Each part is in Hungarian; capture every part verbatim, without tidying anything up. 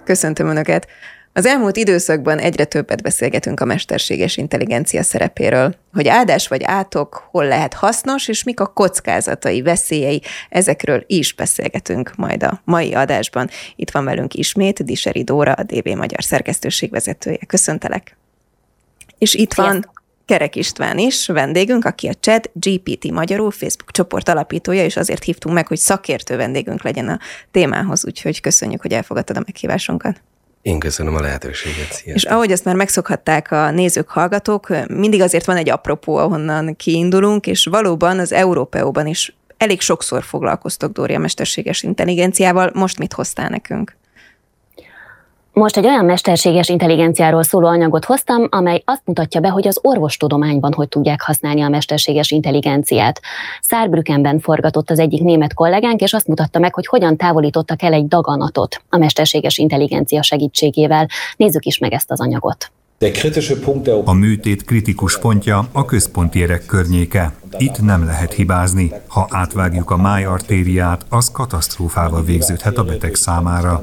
Köszöntöm Önöket! Az elmúlt időszakban egyre többet beszélgetünk a mesterséges intelligencia szerepéről. Hogy áldás vagy átok, hol lehet hasznos, és mik a kockázatai, veszélyei, ezekről is beszélgetünk majd a mai adásban. Itt van velünk ismét Diseri Dóra, a dé bé Magyar szerkesztőség vezetője. Köszöntelek! És itt van Sziasztok. Kerek István is, vendégünk, aki a Chat gé pé té magyarul Facebook csoport alapítója, és azért hívtunk meg, hogy szakértő vendégünk legyen a témához, úgyhogy köszönjük, hogy elfogadtad a meghívásunkat. Én köszönöm a lehetőséget. Sziasztok. És ahogy ezt már megszokhatták a nézők, hallgatók, mindig azért van egy apropó, ahonnan kiindulunk, és valóban az Európeóban is elég sokszor foglalkoztok, Dóri, a mesterséges intelligenciával. Most mit hoztál nekünk? Most egy olyan mesterséges intelligenciáról szóló anyagot hoztam, amely azt mutatja be, hogy az orvostudományban hogy tudják használni a mesterséges intelligenciát. Saarbrückenben forgatott az egyik német kollégánk, és azt mutatta meg, hogy hogyan távolítottak el egy daganatot a mesterséges intelligencia segítségével. Nézzük is meg ezt az anyagot. A műtét kritikus pontja a központi érek környéke. Itt nem lehet hibázni. Ha átvágjuk a májartériát, az katasztrófával végződhet a beteg számára.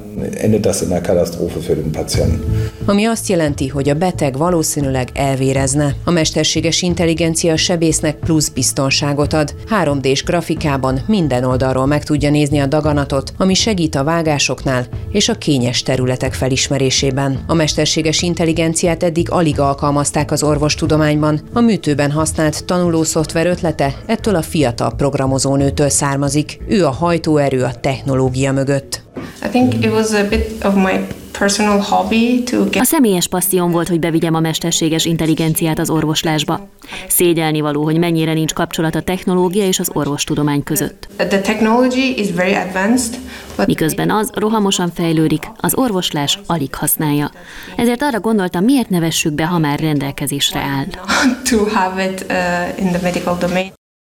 Ami azt jelenti, hogy a beteg valószínűleg elvérezne. A mesterséges intelligencia a sebésznek plusz biztonságot ad. három dés grafikában minden oldalról meg tudja nézni a daganatot, ami segít a vágásoknál és a kényes területek felismerésében. A mesterséges intelligenciát eddig alig alkalmazták az orvostudományban. A műtőben használt tanulószoftver ötlete ettől a fiatal programozónőtől származik. Ő a hajtóerő a technológia mögött. I think it was a bit of my personal hobby to get... A személyes passzióm volt, hogy bevigyem a mesterséges intelligenciát az orvoslásba. Szégyelni való, hogy mennyire nincs kapcsolat a technológia és az orvostudomány között. The technology is very advanced, but... Miközben az rohamosan fejlődik, az orvoslás alig használja. Ezért arra gondoltam, miért ne vessük be, ha már rendelkezésre áll. To have it uh, in the medical domain.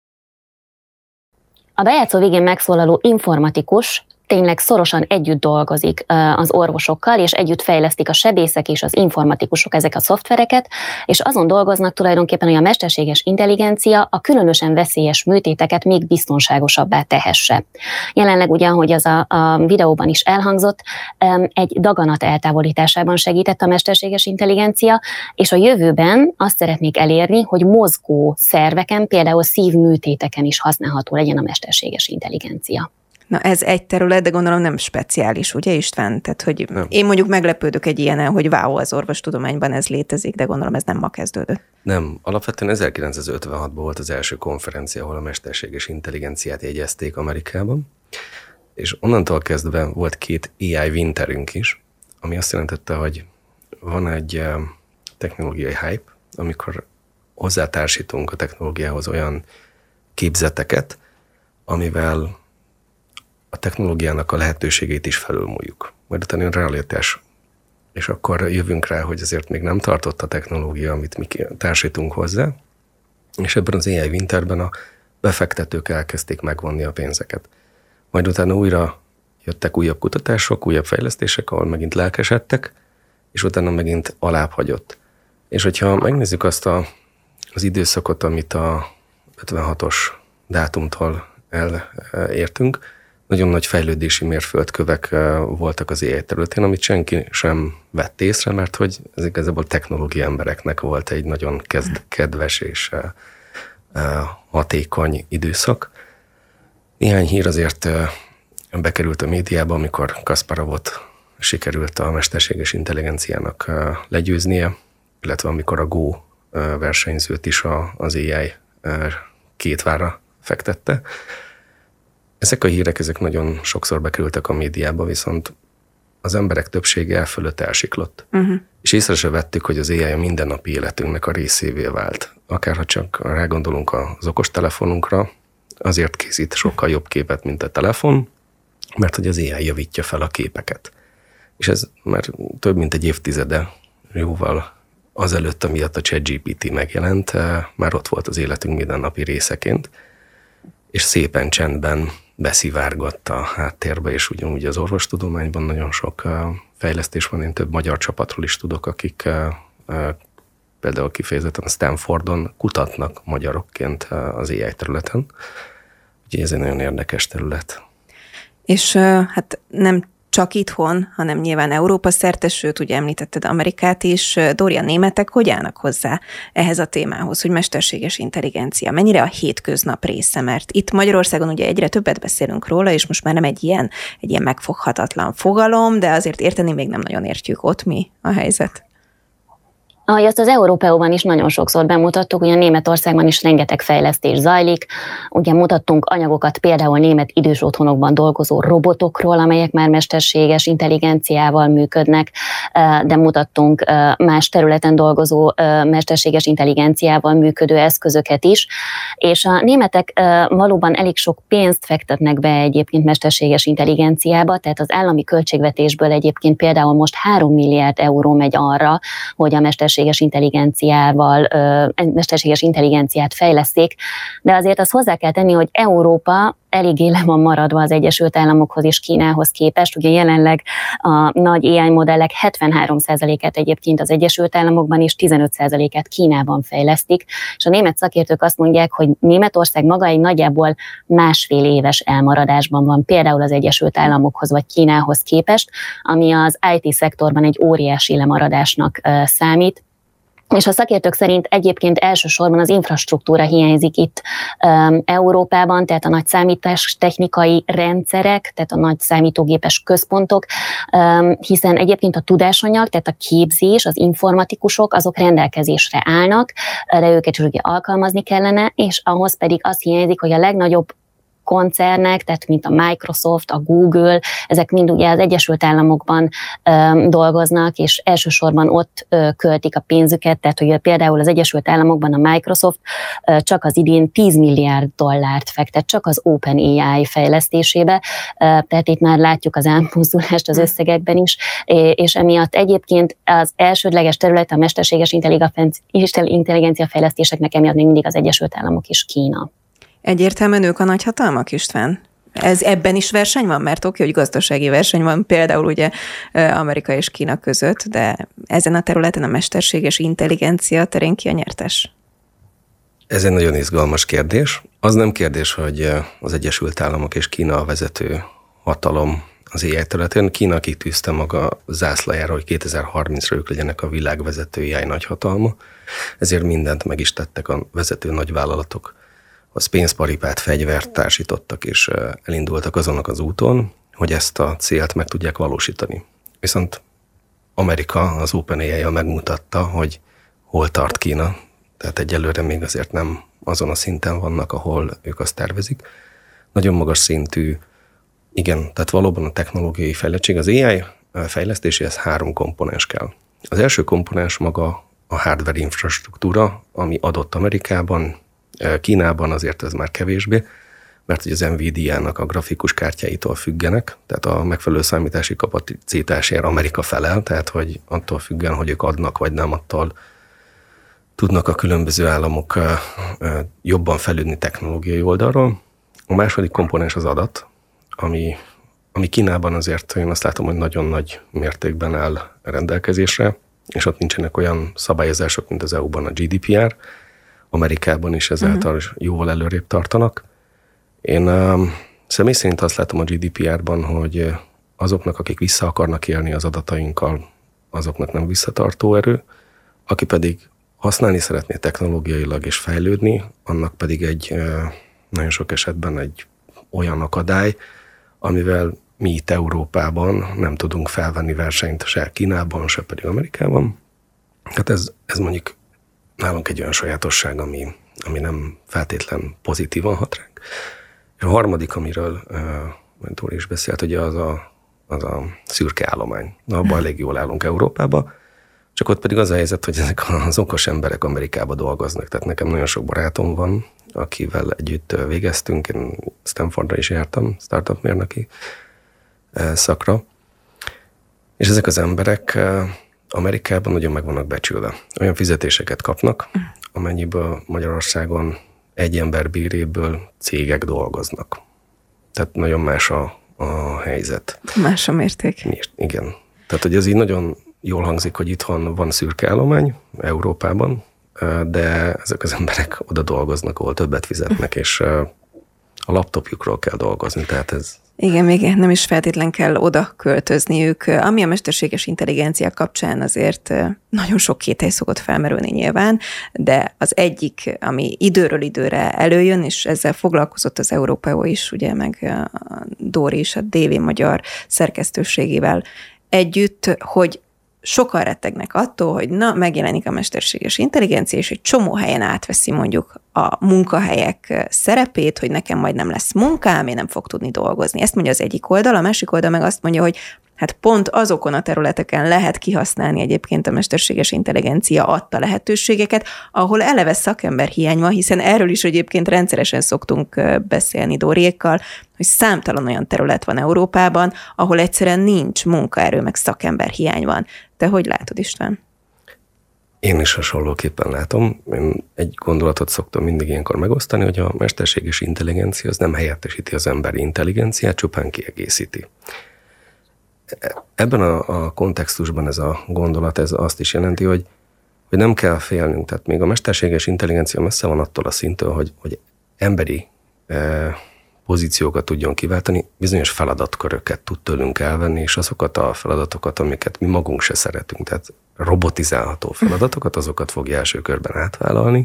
A bejátszó végén megszólaló informatikus tényleg szorosan együtt dolgozik az orvosokkal, és együtt fejlesztik a sebészek és az informatikusok ezek a szoftvereket, és azon dolgoznak tulajdonképpen, hogy a mesterséges intelligencia a különösen veszélyes műtéteket még biztonságosabbá tehesse. Jelenleg ugye, ahogy az a, a videóban is elhangzott, egy daganat eltávolításában segített a mesterséges intelligencia, és a jövőben azt szeretnék elérni, hogy mozgó szerveken, például szívműtéteken is használható legyen a mesterséges intelligencia. Na ez egy terület, de gondolom nem speciális, ugye István? Tehát, hogy nem. Én mondjuk meglepődök egy ilyenen, hogy wow, az orvostudományban ez létezik, de gondolom ez nem ma kezdődött. Nem, alapvetően ezerkilencszázötvenhatban volt az első konferencia, ahol a mesterséges intelligenciát jegyezték Amerikában, és onnantól kezdve volt két á i winterünk is, ami azt jelentette, hogy van egy technológiai hype, amikor hozzátársítunk a technológiához olyan képzeteket, amivel a technológiának a lehetőségét is felülmúljuk. Majd utána jön realitás. És akkor jövünk rá, hogy azért még nem tartott a technológia, amit mi társítunk hozzá, és ebben az á i winterben a befektetők elkezdték megvonni a pénzeket. Majd utána újra jöttek újabb kutatások, újabb fejlesztések, ahol megint lelkesedtek, és utána megint alább hagyott. És hogyha megnézzük azt a, az időszakot, amit a ötvenhatos dátumtól elértünk, nagyon nagy fejlődési mérföldkövek voltak az á i területén, amit senki sem vett észre, mert hogy ez igazából technológia embereknek volt egy nagyon kezd, kedves és hatékony időszak. Néhány hír azért bekerült a médiába, amikor Kasparovot sikerült a mesterséges intelligenciának legyőznie, illetve amikor a Go versenyzőt is az á i két vára fektette. Ezek a hírek, ezek nagyon sokszor bekerültek a médiába, viszont az emberek többsége elfölött elsiklott. Uh-huh. És észre se vettük, hogy az á i a mindennapi életünknek a részévé vált. Akárha csak rágondolunk az okostelefonunkra, azért készít sokkal jobb képet, mint a telefon, mert hogy az á i javítja fel a képeket. És ez már több mint egy évtizede, jóval azelőtt, amiatt a Chat gé pé té megjelent, már ott volt az életünk mindennapi részeként, és szépen csendben beszivárgott a háttérbe, és ugyanúgy az orvostudományban nagyon sok fejlesztés van. Én több magyar csapatról is tudok, akik például kifejezetten Stanfordon kutatnak magyarokként az á i területen. Úgyhogy ez egy nagyon érdekes terület. És hát nem csak itthon, hanem nyilván Európa szerte, sőt, ugye említetted Amerikát is. Dóri, a németek hogy állnak hozzá ehhez a témához, hogy mesterséges intelligencia? Mennyire a hétköznap része? Mert itt Magyarországon ugye egyre többet beszélünk róla, és most már nem egy ilyen, egy ilyen megfoghatatlan fogalom, de azért érteni még nem nagyon értjük. Ott mi a helyzet? Ahogy azt az Európeóban is nagyon sokszor bemutattuk, ugye Németországban is rengeteg fejlesztés zajlik. Ugye mutattunk anyagokat például német idős otthonokban dolgozó robotokról, amelyek már mesterséges intelligenciával működnek, de mutattunk más területen dolgozó mesterséges intelligenciával működő eszközöket is. És a németek valóban elég sok pénzt fektetnek be egyébként mesterséges intelligenciába, tehát az állami költségvetésből egyébként például most három milliárd euró megy arra, hogy a mesterséges intelligenciával, mesterséges intelligenciát fejleszték, de azért azt hozzá kell tenni, hogy Európa eléggé le van maradva az Egyesült Államokhoz és Kínához képest. Ugye jelenleg a nagy á i modellek hetvenhárom százalékát egyébként az Egyesült Államokban és tizenöt százalékát Kínában fejlesztik, és a német szakértők azt mondják, hogy Németország maga egy nagyjából másfél éves elmaradásban van, például az Egyesült Államokhoz vagy Kínához képest, ami az i té szektorban egy óriási lemaradásnak számít. És a szakértők szerint egyébként elsősorban az infrastruktúra hiányzik itt um, Európában, tehát a nagy számítástechnikai rendszerek, tehát a nagy számítógépes központok, um, hiszen egyébként a tudásanyag, tehát a képzés, az informatikusok, azok rendelkezésre állnak, de őket is ugye alkalmazni kellene, és ahhoz pedig az hiányzik, hogy a legnagyobb koncernek, tehát mint a Microsoft, a Google, ezek mind ugye az Egyesült Államokban ö, dolgoznak, és elsősorban ott ö, költik a pénzüket, tehát hogy például az Egyesült Államokban a Microsoft ö, csak az idén tíz milliárd dollárt fektet, csak az OpenAI fejlesztésébe, ö, tehát itt már látjuk az elmozdulást az összegekben is, és emiatt egyébként az elsődleges terület a mesterséges intelligencia fejlesztéseknek emiatt még mindig az Egyesült Államok és Kína. Egyértelműen ők a nagyhatalmak, István? Ez ebben is verseny van? Mert oké, hogy gazdasági verseny van például ugye Amerika és Kína között, de ezen a területen a mesterséges intelligencia terén ki a nyertes? Ez egy nagyon izgalmas kérdés. Az nem kérdés, hogy az Egyesült Államok és Kína a vezető hatalom az á i területén. Kína kitűzte maga zászlajára, hogy kétezer-harmincra ők legyenek a világ vezető á i nagyhatalma, ezért mindent meg is tettek a vezető nagyvállalatok. Az pénzparipát, fegyvert társítottak, és elindultak azonnak az úton, hogy ezt a célt meg tudják valósítani. Viszont Amerika az OpenAI-jal megmutatta, hogy hol tart Kína, tehát egyelőre még azért nem azon a szinten vannak, ahol ők azt tervezik. Nagyon magas szintű, igen, tehát valóban a technológiai fejlettség, az á i fejlesztéséhez három komponens kell. Az első komponens maga a hardware infrastruktúra, ami adott Amerikában, Kínában azért ez már kevésbé, mert hogy az Nvidia-nak a grafikus kártyáitól függenek, tehát a megfelelő számítási kapacitásért Amerika felel, tehát hogy attól függen, hogy ők adnak vagy nem, attól tudnak a különböző államok jobban fejlődni technológiai oldalról. A második komponens az adat, ami, ami Kínában azért én azt látom, hogy nagyon nagy mértékben áll rendelkezésre, és ott nincsenek olyan szabályozások, mint az é u-ban a gé dé pé er, Amerikában is ezáltal uh-huh. jóval előrébb tartanak. Én um, személy szerint azt látom a gé dé pé er-ban, hogy azoknak, akik vissza akarnak élni az adatainkkal, azoknak nem visszatartó erő, aki pedig használni szeretné technológiailag és fejlődni, annak pedig egy nagyon sok esetben egy olyan akadály, amivel mi itt Európában nem tudunk felvenni versenyt se Kínában, se pedig Amerikában. Hát ez, ez mondjuk nálunk egy olyan sajátosság, ami, ami nem feltétlen pozitívan hat ránk. És a harmadik, amiről uh, Dóri is beszélt, ugye az a, az a szürke állomány. Na, abban elég jól állunk Európába, csak ott pedig az a helyzet, hogy ezek az okos emberek Amerikába dolgoznak. Tehát nekem nagyon sok barátom van, akivel együtt végeztünk. Én Stanfordra is jártam, startup mérnöki szakra. És ezek az emberek Amerikában nagyon meg vannak becsülve. Olyan fizetéseket kapnak, amennyiből Magyarországon egy ember béréből cégek dolgoznak. Tehát nagyon más a, a helyzet. Más a mérték. Igen. Tehát, hogy ez így nagyon jól hangzik, hogy itthon van szürke állomány, Európában, de ezek az emberek oda dolgoznak, ahol többet fizetnek, és a laptopjukról kell dolgozni, tehát ez Igen, még nem is feltétlen kell oda költözniük. Ami a mesterséges intelligencia kapcsán azért nagyon sok kételj szokott felmerülni nyilván, de az egyik, ami időről időre előjön, és ezzel foglalkozott az Európa is, ugye, meg a Dóri is a dé vé Magyar szerkesztőségével együtt, hogy sokan rettegnek attól, hogy na, megjelenik a mesterséges intelligencia, és egy csomó helyen átveszi mondjuk a munkahelyek szerepét, hogy nekem majd nem lesz munkám, én nem fog tudni dolgozni. Ezt mondja az egyik oldal, a másik oldal meg azt mondja, hogy hát pont azokon a területeken lehet kihasználni egyébként a mesterséges intelligencia adta lehetőségeket, ahol eleve szakember hiány van, hiszen erről is egyébként rendszeresen szoktunk beszélni Dóriékkal, hogy számtalan olyan terület van Európában, ahol egyszerűen nincs munkaerő, meg szakember hiány van. Te hogy látod, István? Én is hasonlóképpen látom. Én egy gondolatot szoktam mindig ilyenkor megosztani, hogy a mesterséges intelligencia az nem helyettesíti az emberi intelligenciát, csupán kiegészíti. Ebben a, a kontextusban ez a gondolat, ez azt is jelenti, hogy, hogy nem kell félnünk. Tehát még a mesterséges intelligencia messze van attól a szinttől, hogy, hogy emberi eh, pozíciókat tudjon kiváltani, bizonyos feladatköröket tud tőlünk elvenni, és azokat a feladatokat, amiket mi magunk se szeretünk, tehát robotizálható feladatokat, azokat fogja első körben átvállalni.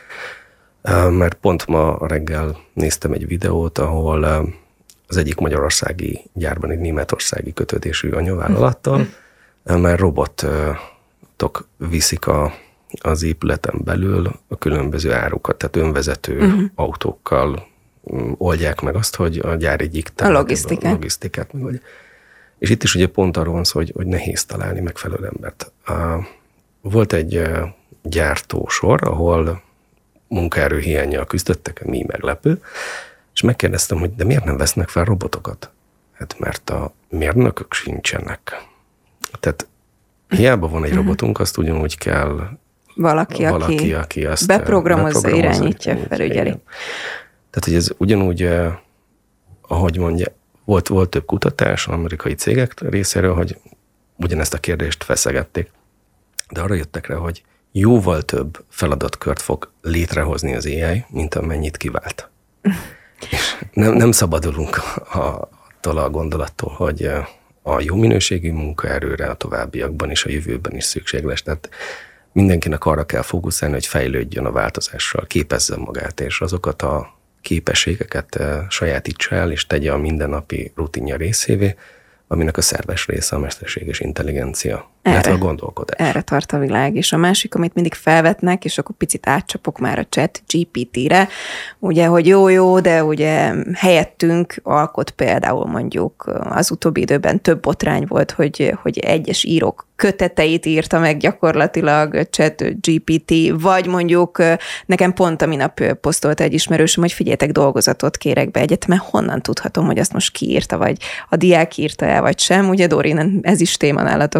Mert pont ma reggel néztem egy videót, ahol az egyik magyarországi gyárban egy németországi kötődésű anyavállalattal, mert robotok viszik a, az épületen belül a különböző árukat, tehát önvezető uh-huh. autókkal oldják meg azt, hogy a gyár egyik a logisztikát. A logisztikát megoldja. És itt is ugye pont arról van szó, hogy, hogy nehéz találni megfelelő embert. Volt egy gyártósor, ahol munkaerő hiánnyal küzdöttek, mi meglepő, és megkérdeztem, hogy de miért nem vesznek fel robotokat? Hát mert a mérnökök sincsenek. Tehát hiába van egy robotunk, azt ugyanúgy kell valaki, valaki aki, aki azt beprogramozza, beprogramozza irányítja, felügyeli. Tehát, hogy ez ugyanúgy, ahogy mondja, volt, volt több kutatás amerikai cégek részéről, hogy ugyanezt a kérdést feszegették, de arra jöttek rá, hogy jóval több feladatkört fog létrehozni az á i, mint amennyit kivált. És nem, nem szabadulunk attól a gondolattól, hogy a jó minőségű munkaerőre a továbbiakban és a jövőben is szükség lesz. Tehát mindenkinek arra kell fókuszálni, hogy fejlődjön a változással, képezze magát, és azokat a képességeket sajátítsa el, és tegye a mindennapi rutinja részévé, aminek a szerves része a mesterséges intelligencia. Erre, a gondolkodás. Erre tart a világ. És a másik, amit mindig felvetnek, és akkor picit átcsapok már a chat gé pé té-re, ugye, hogy jó-jó, de ugye helyettünk alkot például mondjuk az utóbbi időben több botrány volt, hogy, hogy egyes írók köteteit írta meg gyakorlatilag chat gé pé té, vagy mondjuk nekem pont a minap posztolta egy ismerősöm, hogy figyeljetek, dolgozatot kérek be egyet, mert honnan tudhatom, hogy azt most ki írta, vagy a diák írta el, vagy sem. Ugye, Dóri, ez is téma nálatok.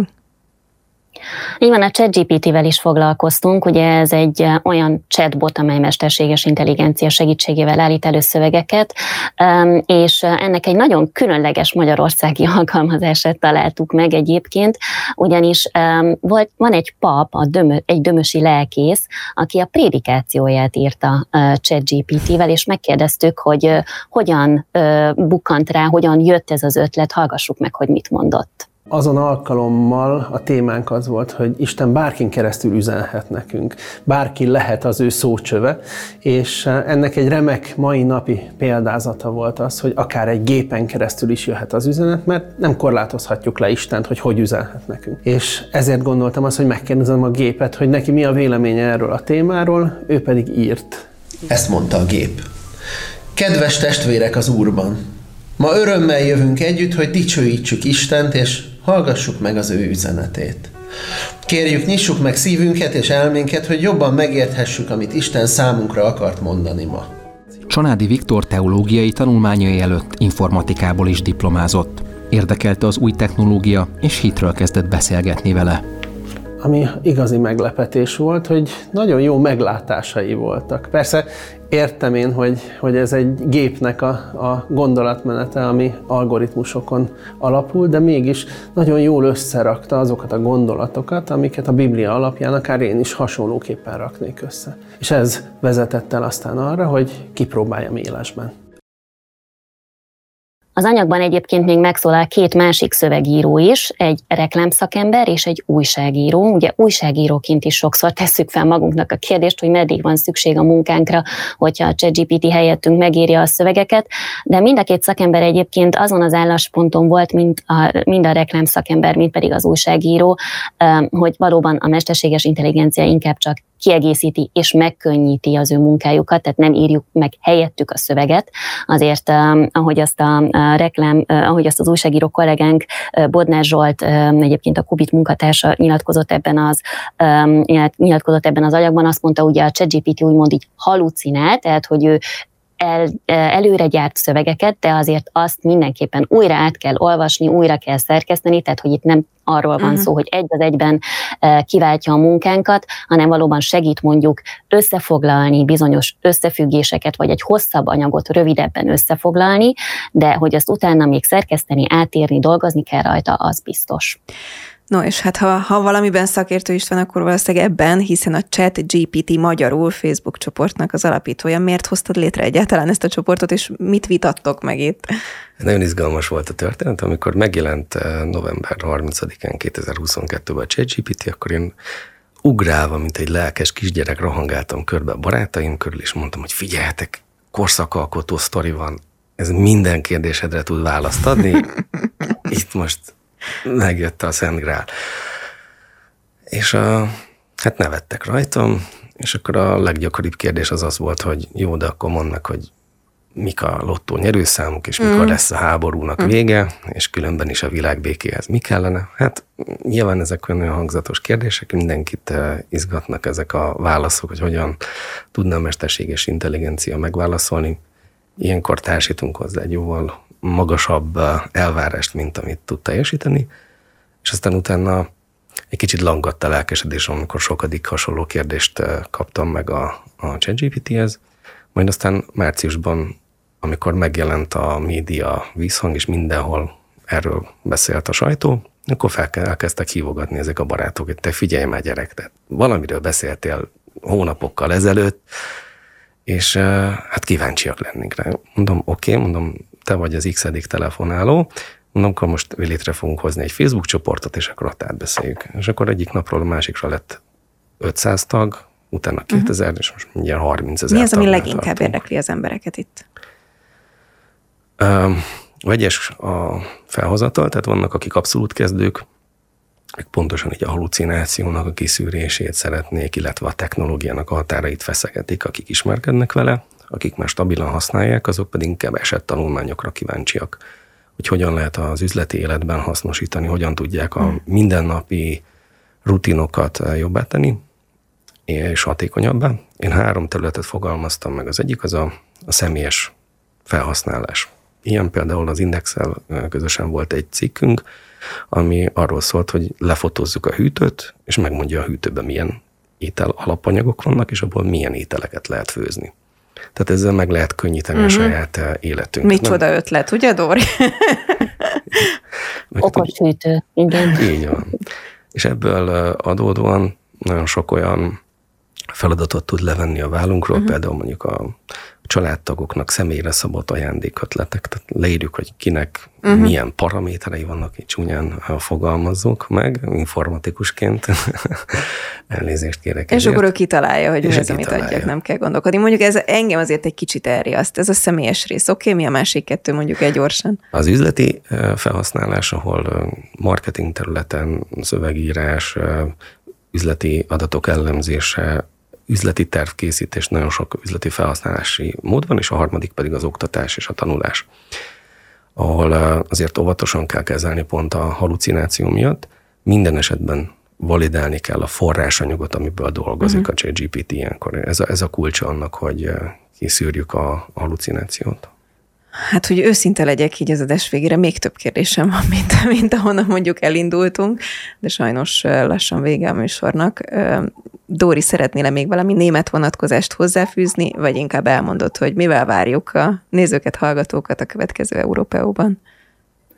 Így van, a chat gé pé té-vel is foglalkoztunk, ugye ez egy olyan chatbot, amely mesterséges intelligencia segítségével állít elő szövegeket, és ennek egy nagyon különleges magyarországi alkalmazását találtuk meg egyébként, ugyanis volt, van egy pap, a dömö, egy dömösi lelkész, aki a prédikációját írta chat gé pé té-vel, és megkérdeztük, hogy hogyan bukkant rá, hogyan jött ez az ötlet, hallgassuk meg, hogy mit mondott. Azon alkalommal a témánk az volt, hogy Isten bárkin keresztül üzenhet nekünk, bárki lehet az ő szócsöve, és ennek egy remek mai napi példázata volt az, hogy akár egy gépen keresztül is jöhet az üzenet, mert nem korlátozhatjuk le Istent, hogy hogy üzenhet nekünk. És ezért gondoltam azt, hogy megkérdezem a gépet, hogy neki mi a véleménye erről a témáról, ő pedig írt. Ezt mondta a gép. Kedves testvérek az Úrban! Ma örömmel jövünk együtt, hogy dicsőítsük Istent, és hallgassuk meg az ő üzenetét. Kérjük, nyissuk meg szívünket és elménket, hogy jobban megérthessük, amit Isten számunkra akart mondani ma. Csanádi Viktor teológiai tanulmányai előtt informatikából is diplomázott. Érdekelte az új technológia, és hitről kezdett beszélgetni vele. Ami igazi meglepetés volt, hogy nagyon jó meglátásai voltak. Persze értem én, hogy, hogy ez egy gépnek a, a gondolatmenete, ami algoritmusokon alapul, de mégis nagyon jól összerakta azokat a gondolatokat, amiket a Biblia alapján akár én is hasonlóképpen raknék össze. És ez vezetett el aztán arra, hogy kipróbáljam élesben. Az anyagban egyébként még megszólal két másik szövegíró is, egy reklámszakember és egy újságíró. Ugye újságíróként is sokszor tesszük fel magunknak a kérdést, hogy meddig van szükség a munkánkra, hogyha a ChatGPT helyettünk megírja a szövegeket, de mind a két szakember egyébként azon az állásponton volt, mint a, mind a reklámszakember, mint pedig az újságíró, hogy valóban a mesterséges intelligencia inkább csak kiegészíti és megkönnyíti az ő munkájukat, tehát nem írjuk meg helyettük a szöveget. Azért, ahogy azt a reklám, ahogy azt az újságíró kollégánk Bodnár Zsolt, egyébként a Kubit munkatársa nyilatkozott ebben az, nyilatkozott ebben az anyagban, azt mondta, ugye a ChatGPT úgymond így halucinál, tehát hogy ő El, előre gyárt szövegeket, de azért azt mindenképpen újra át kell olvasni, újra kell szerkeszteni, tehát hogy itt nem arról van uh-huh. szó, hogy egy az egyben kiváltja a munkánkat, hanem valóban segít mondjuk összefoglalni bizonyos összefüggéseket, vagy egy hosszabb anyagot rövidebben összefoglalni, de hogy azt utána még szerkeszteni, átírni, dolgozni kell rajta, az biztos. No, és hát ha, ha valamiben szakértő is van, akkor valószínűleg ebben, hiszen a ChatGPT magyarul Facebook csoportnak az alapítója. Miért hoztad létre egyáltalán ezt a csoportot, és mit vitattok meg itt? Nagyon izgalmas volt a történet, amikor megjelent november harmincadikán kétezer-huszonkettőben a ChatGPT, akkor én ugrálva, mint egy lelkes kisgyerek rohangáltam körbe a barátaim körül, és mondtam, hogy figyeljetek, korszakalkotó sztori van, ez minden kérdésedre tud választ adni. Itt most megjött a Szent Grál. És a, hát nevettek rajtam, és akkor a leggyakoribb kérdés az az volt, hogy jó, de akkor mondd meg, hogy mik a lottó nyerőszámuk, és mikor mm. lesz a háborúnak mm. vége, és különben is a világ békéhez mi kellene. Hát nyilván ezek olyan hangzatos kérdések, mindenkit izgatnak ezek a válaszok, hogy hogyan tudna a mesterséges intelligencia megválaszolni. Ilyenkor társítunk hozzá egy jóval magasabb elvárást, mint amit tud teljesíteni, és aztán utána egy kicsit langadt a lelkesedés, amikor sokadik hasonló kérdést kaptam meg a, a ChatGPT-hez, majd aztán márciusban, amikor megjelent a média vízhang, és mindenhol erről beszélt a sajtó, akkor fel elkezdtek hívogatni ezek a barátok, hogy te figyelj már gyerek, de valamiről beszéltél hónapokkal ezelőtt, és hát kíváncsiak lennénk rá. Mondom, oké, okay, mondom, te vagy az x-edik telefonáló, mondom, akkor most létre fogunk hozni egy Facebook csoportot, és akkor ott átbeszéljük. És akkor egyik napról a másikra lett ötszáz tag, utána kétezer, uh-huh. és most mindjárt harmincezer. Mi az, ami leginkább tartunk. Érdekli az embereket itt? Uh, vegyes a felhozatal, tehát vannak, akik abszolút kezdők, pontosan így a halucinációnak a kiszűrését szeretnék, illetve a technológiának a határait feszegetik, akik ismerkednek vele, akik már stabilan használják, azok pedig inkább esettanulmányokra kíváncsiak, hogy hogyan lehet az üzleti életben hasznosítani, hogyan tudják a mindennapi rutinokat jobbá tenni, és hatékonyabbá. Én három területet fogalmaztam meg. Az egyik az a, a személyes felhasználás. Ilyen például az Indexel közösen volt egy cikkünk, ami arról szólt, hogy lefotózzuk a hűtőt, és megmondja a hűtőben milyen étel alapanyagok vannak, és abból milyen ételeket lehet főzni. Tehát ezzel meg lehet könnyíteni uh-huh. a saját életünket. Micsoda ötlet, ugye, Dóri? Okos hűtő, igen. Így van. És ebből adódóan nagyon sok olyan feladatot tud levenni a vállunkról, uh-huh. például mondjuk a családtagoknak személyre szabott ajándékötletek, tehát leírjuk, hogy kinek uh-huh. milyen paraméterei vannak, így csúnyán fogalmazzuk meg, informatikusként. Elnézést kérek. És akkor ő kitalálja, hogy mi az, amit adjak, nem kell gondolkodni. Mondjuk ez engem azért egy kicsit elriaszt, ez a személyes rész. Oké, okay, mi a másik kettő, mondjuk egy gyorsan? Az üzleti felhasználás, ahol marketing területen szövegírás, üzleti adatok elemzése, üzleti tervkészítés, nagyon sok üzleti felhasználási mód van, és a harmadik pedig az oktatás és a tanulás, ahol azért óvatosan kell kezelni pont a halucináció miatt. Minden esetben validálni kell a forrásanyagot, amiből dolgozik uh-huh. a ChatGPT ilyenkor. Ez a, ez a kulcsa annak, hogy kiszűrjük a, a halucinációt. Hát, hogy őszinte legyek így az adás végére, még több kérdésem van, mint, mint ahonnan mondjuk elindultunk, de sajnos lassan vége a műsornak. Dóri, szeretnél-e még valami német vonatkozást hozzáfűzni, vagy inkább elmondod, hogy mivel várjuk a nézőket, hallgatókat a következő Európeóban?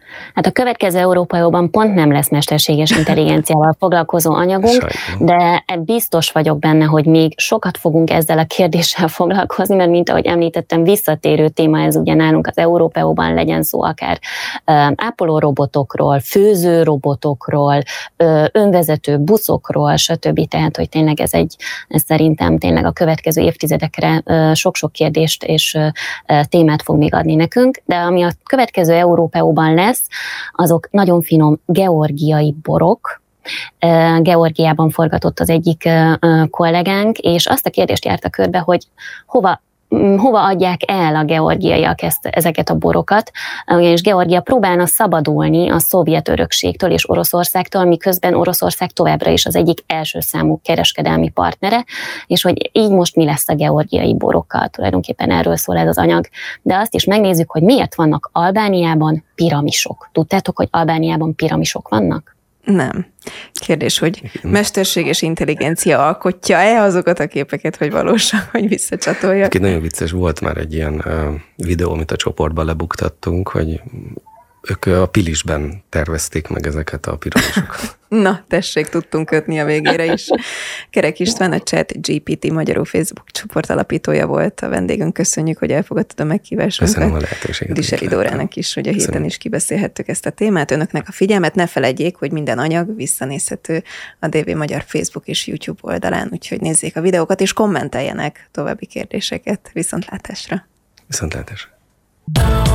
Hát a következő Európaióban pont nem lesz mesterséges intelligenciával foglalkozó anyagunk, Sajnálom. de biztos vagyok benne, hogy még sokat fogunk ezzel a kérdéssel foglalkozni, mert mint ahogy említettem, visszatérő téma ez ugye nálunk az Európaióban, legyen szó akár ápoló robotokról, főző robotokról, önvezető buszokról, stb. Tehát, hogy tényleg ez egy, ez szerintem tényleg a következő évtizedekre sok-sok kérdést és témát fog még adni nekünk, de ami a következő Európaióban lesz, azok nagyon finom georgiai borok. Georgiában forgatott az egyik kollégánk, és azt a kérdést járta körbe, hogy hova hova adják el a georgiaiak ezt, ezeket a borokat, ugyanis Georgia próbálna szabadulni a szovjet örökségtől és Oroszországtól, miközben Oroszország továbbra is az egyik első számú kereskedelmi partnere, és hogy így most mi lesz a georgiai borokkal, tulajdonképpen erről szól ez az anyag. De azt is megnézzük, hogy miért vannak Albániában piramisok. Tudtátok, hogy Albániában piramisok vannak? Nem. Kérdés, hogy mesterséges intelligencia alkotja-e azokat a képeket, hogy valósak, hogy visszacsatoljak? Egy nagyon vicces volt már egy ilyen uh, videó, amit a csoportban lebuktattunk, hogy ők a Pilisben tervezték meg ezeket a piramisokat. Na, tessék, tudtunk kötni a végére is. Kerek István, a Chat gé pé té magyarul Facebook csoport alapítója volt a vendégünk. Köszönjük, hogy elfogadtad a meghívásunkat. Köszönöm a lehetőséget. Diseli Dórának is, hogy a héten Köszönöm. is kibeszélhettük ezt a témát. Önöknek a figyelmet, ne feledjék, hogy minden anyag visszanézhető a dé vé Magyar Facebook és YouTube oldalán, úgyhogy nézzék a videókat és kommenteljenek további kérdéseket. Viszontlátásra! Viszontlátásra!